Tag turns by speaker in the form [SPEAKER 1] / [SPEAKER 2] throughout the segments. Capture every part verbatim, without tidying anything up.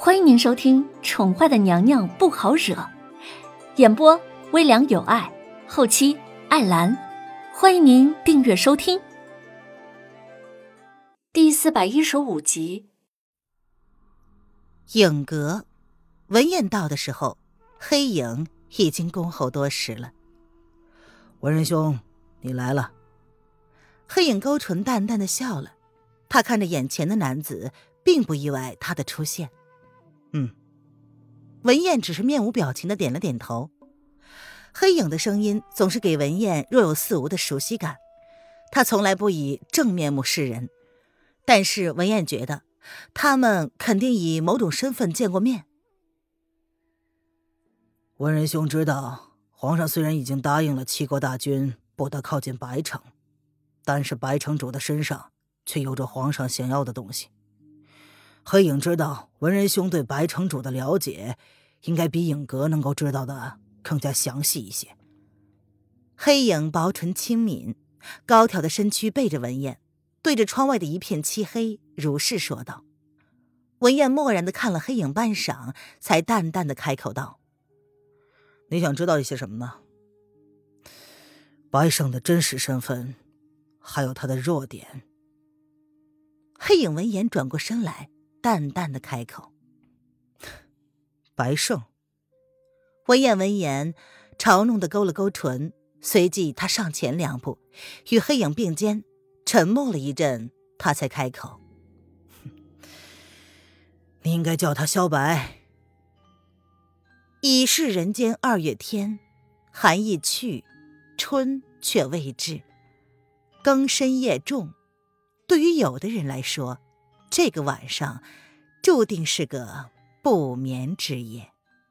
[SPEAKER 1] 欢迎您收听《宠坏的娘娘不好惹》，演播微凉有爱，后期艾兰。欢迎您订阅收听。第四百一十五集。
[SPEAKER 2] 影阁，文彦到的时候，黑影已经恭候多时了。
[SPEAKER 3] 文仁兄，你来了。
[SPEAKER 2] 黑影勾唇淡淡的笑了，他看着眼前的男子，并不意外他的出现。
[SPEAKER 3] 嗯。
[SPEAKER 2] 文彦只是面无表情的点了点头。黑影的声音总是给文彦若有似无的熟悉感，他从来不以正面目示人，但是文彦觉得他们肯定以某种身份见过面。
[SPEAKER 3] 文仁兄知道，皇上虽然已经答应了七国大军不得靠近白城，但是白城主的身上却有着皇上想要的东西。黑影知道文仁兄对白城主的了解应该比影阁能够知道的更加详细一些。
[SPEAKER 2] 黑影薄唇轻抿，高挑的身躯背着文彦，对着窗外的一片漆黑如是说道。文彦默然地看了黑影半晌，才淡淡地开口道：
[SPEAKER 3] 你想知道一些什么呢？白胜的真实身份，还有他的弱点。
[SPEAKER 2] 黑影闻言转过身来，淡淡的开口：
[SPEAKER 3] 白胜。
[SPEAKER 2] 文彦闻言嘲弄的勾了勾唇，随即他上前两步，与黑影并肩，沉默了一阵，他才开口：
[SPEAKER 3] 你应该叫他萧白。
[SPEAKER 2] 已是人间二月天，寒意去，春却未至，更深夜重。对于有的人来说，这个晚上注定是个不眠之夜。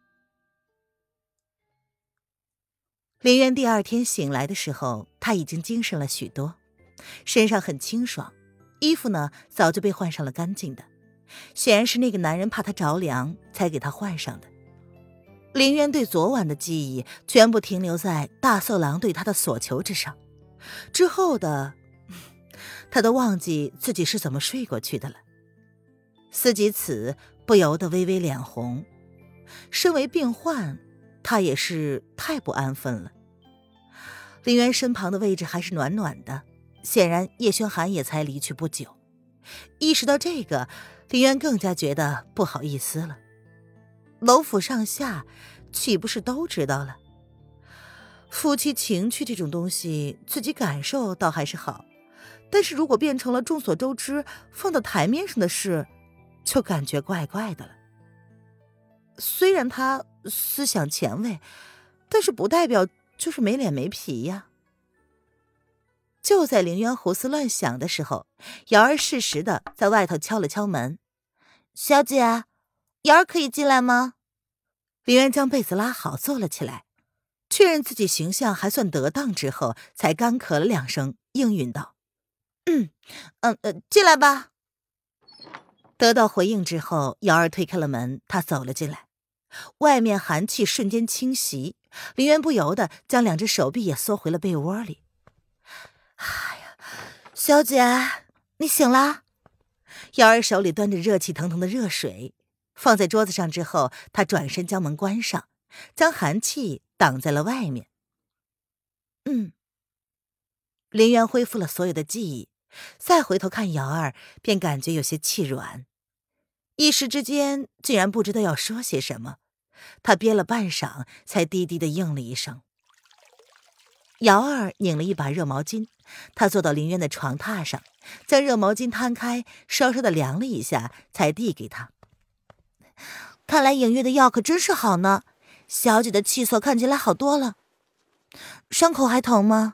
[SPEAKER 2] 林渊第二天醒来的时候，他已经精神了许多，身上很清爽，衣服呢早就被换上了干净的，显然是那个男人怕他着凉才给他换上的。林渊对昨晚的记忆全部停留在大色狼对他的所求之上，之后的他都忘记自己是怎么睡过去的了。思及此，不由得微微脸红。身为病患，他也是太不安分了。林渊身旁的位置还是暖暖的，显然叶轩寒也才离去不久。意识到这个，林渊更加觉得不好意思了。楼府上下岂不是都知道了？夫妻情趣这种东西，自己感受倒还是好，但是如果变成了众所周知放到台面上的事，就感觉怪怪的了。虽然他思想前卫，但是不代表就是没脸没皮呀。就在林渊胡思乱想的时候，瑶儿适时的在外头敲了敲门：小姐，瑶儿可以进来吗？林渊将被子拉好，坐了起来，确认自己形象还算得当之后，才干咳了两声，应允道：嗯嗯呃，进来吧。得到回应之后，瑶儿推开了门，他走了进来。外面寒气瞬间侵袭，林渊不由得将两只手臂也缩回了被窝里。哎呀，小姐，你醒啦？瑶儿手里端着热气腾腾的热水，放在桌子上之后，她转身将门关上，将寒气挡在了外面。嗯。林渊恢复了所有的记忆，再回头看瑶儿，便感觉有些气软，一时之间竟然不知道要说些什么。他憋了半晌，才低低的应了一声。瑶儿拧了一把热毛巾，他坐到林渊的床榻上，将热毛巾摊开，稍稍的量了一下，才递给他。看来影月的药可真是好呢，小姐的气色看起来好多了。伤口还疼吗？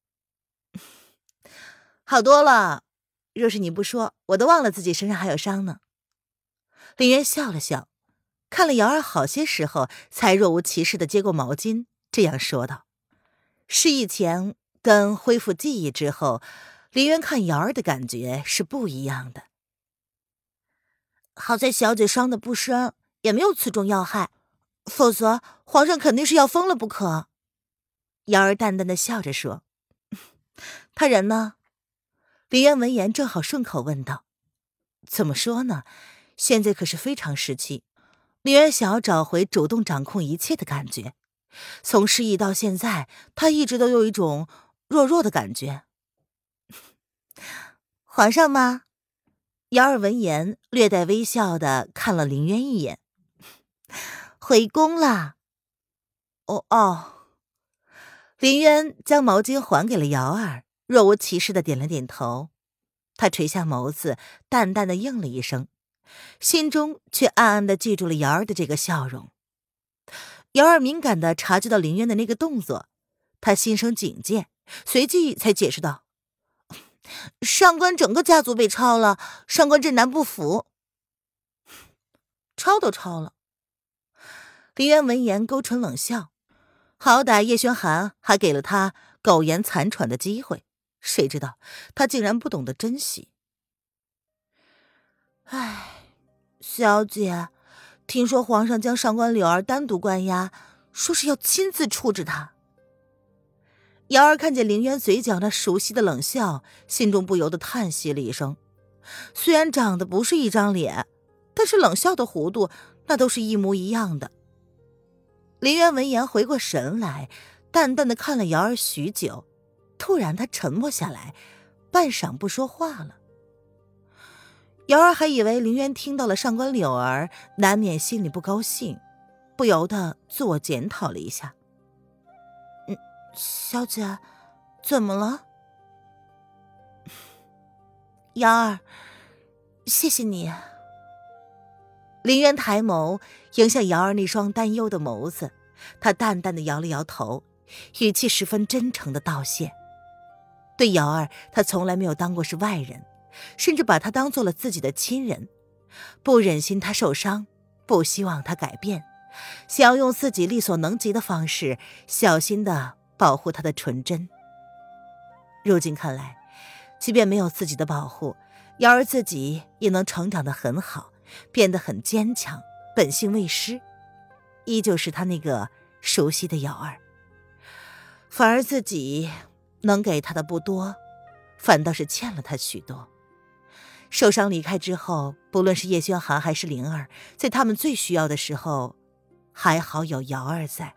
[SPEAKER 2] 好多了，若是你不说，我都忘了自己身上还有伤呢。林渊笑了笑，看了瑶儿好些时候，才若无其事地接过毛巾，这样说道。失忆前跟恢复记忆之后，林渊看瑶儿的感觉是不一样的。好在小姐伤得不深，也没有刺中要害，否则皇上肯定是要疯了不可。瑶儿淡淡地笑着说。他人呢？林渊闻言正好顺口问道。怎么说呢， 现在可是非常时期，林渊想要找回主动掌控一切的感觉。从失忆到现在，他一直都有一种弱弱的感觉。皇上吗？姚儿闻言略带微笑的看了林渊一眼。回宫了。哦哦。林渊将毛巾还给了姚儿，若无其事的点了点头。他垂下眸子，淡淡的应了一声，心中却暗暗的记住了姚儿的这个笑容。姚儿敏感的察觉到林渊的那个动作，他心生警戒，随即才解释道：上官整个家族被抄了，上官镇南不服。抄都抄了。林渊闻言勾唇冷笑，好歹叶轩寒还给了他苟延残喘的机会，谁知道他竟然不懂得珍惜。唉，小姐，听说皇上将上官柳儿单独关押，说是要亲自处置他。瑶儿看见凌渊嘴角那熟悉的冷笑，心中不由得叹息了一声。虽然长得不是一张脸，但是冷笑的弧度那都是一模一样的。凌渊闻言回过神来，淡淡的看了瑶儿许久，突然他沉默下来，半晌不说话了。瑶儿还以为凌渊听到了上官柳儿，难免心里不高兴，不由得自我检讨了一下。嗯，小姐，怎么了？瑶儿，谢谢你。凌渊抬眸迎向瑶儿那双担忧的眸子，他淡淡的摇了摇头，语气十分真诚的道谢。对瑶儿，他从来没有当过是外人，甚至把他当做了自己的亲人，不忍心他受伤，不希望他改变，想要用自己力所能及的方式小心地保护他的纯真。如今看来，即便没有自己的保护，瑶儿自己也能成长得很好，变得很坚强，本性未失，依旧是他那个熟悉的瑶儿。反而自己能给他的不多，反倒是欠了他许多。受伤离开之后，不论是叶轩寒还是灵儿，在他们最需要的时候，还好有瑶儿在。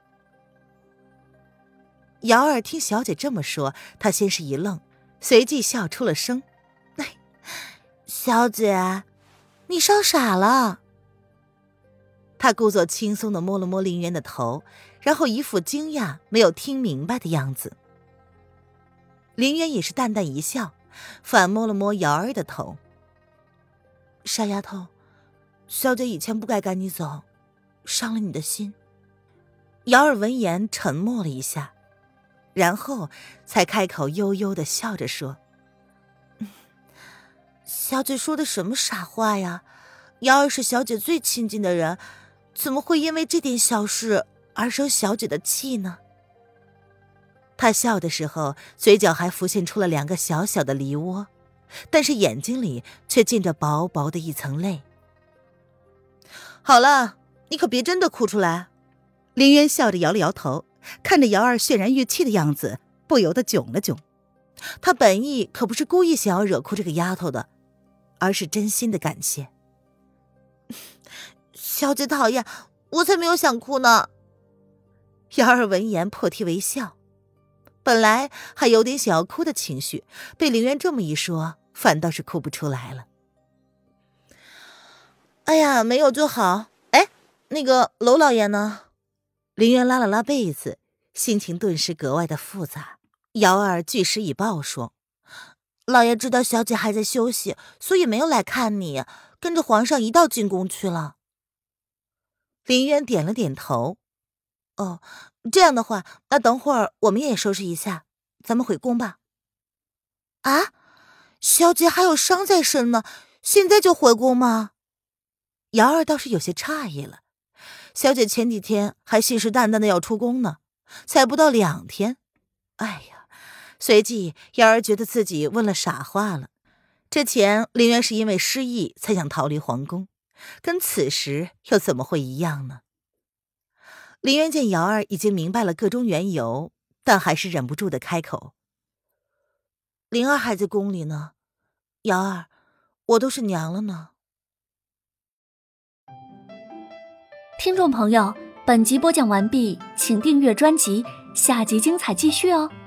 [SPEAKER 2] 瑶儿听小姐这么说，她先是一愣，随即笑出了声：哎，小姐，你烧傻了。她故作轻松地摸了摸凌渊的头，然后一副惊讶没有听明白的样子。凌渊也是淡淡一笑，反摸了摸瑶儿的头。傻丫头，小姐以前不该赶你走，伤了你的心。瑶儿闻言沉默了一下，然后才开口悠悠地笑着说：小姐说的什么傻话呀？瑶儿是小姐最亲近的人，怎么会因为这点小事而生小姐的气呢？她笑的时候，嘴角还浮现出了两个小小的梨窝，但是眼睛里却浸着薄薄的一层泪。好了，你可别真的哭出来。林渊笑着摇了摇头，看着瑶儿渲然欲泣的样子，不由得囧了囧。他本意可不是故意想要惹哭这个丫头的，而是真心的感谢。小姐讨厌，我才没有想哭呢。瑶儿闻言破涕为笑，本来还有点想要哭的情绪，被凌渊这么一说，反倒是哭不出来了。哎呀，没有就好。哎，那个娄老爷呢？凌渊拉了拉被子，心情顿时格外的复杂。瑶儿据实以报说，老爷知道小姐还在休息，所以没有来看你，跟着皇上一道进宫去了。凌渊点了点头。哦，这样的话，那等会儿我们也收拾一下，咱们回宫吧。啊，小姐还有伤在身呢，现在就回宫吗？瑶儿倒是有些诧异了，小姐前几天还信誓旦旦的要出宫呢，才不到两天。哎呀，随即瑶儿觉得自己问了傻话了。之前凌渊是因为失忆才想逃离皇宫，跟此时又怎么会一样呢？凌渊见瑶儿已经明白了个中缘由，但还是忍不住的开口：灵儿还在宫里呢，瑶儿，我都是娘了呢。
[SPEAKER 1] 听众朋友，本集播讲完毕，请订阅专辑，下集精彩继续哦。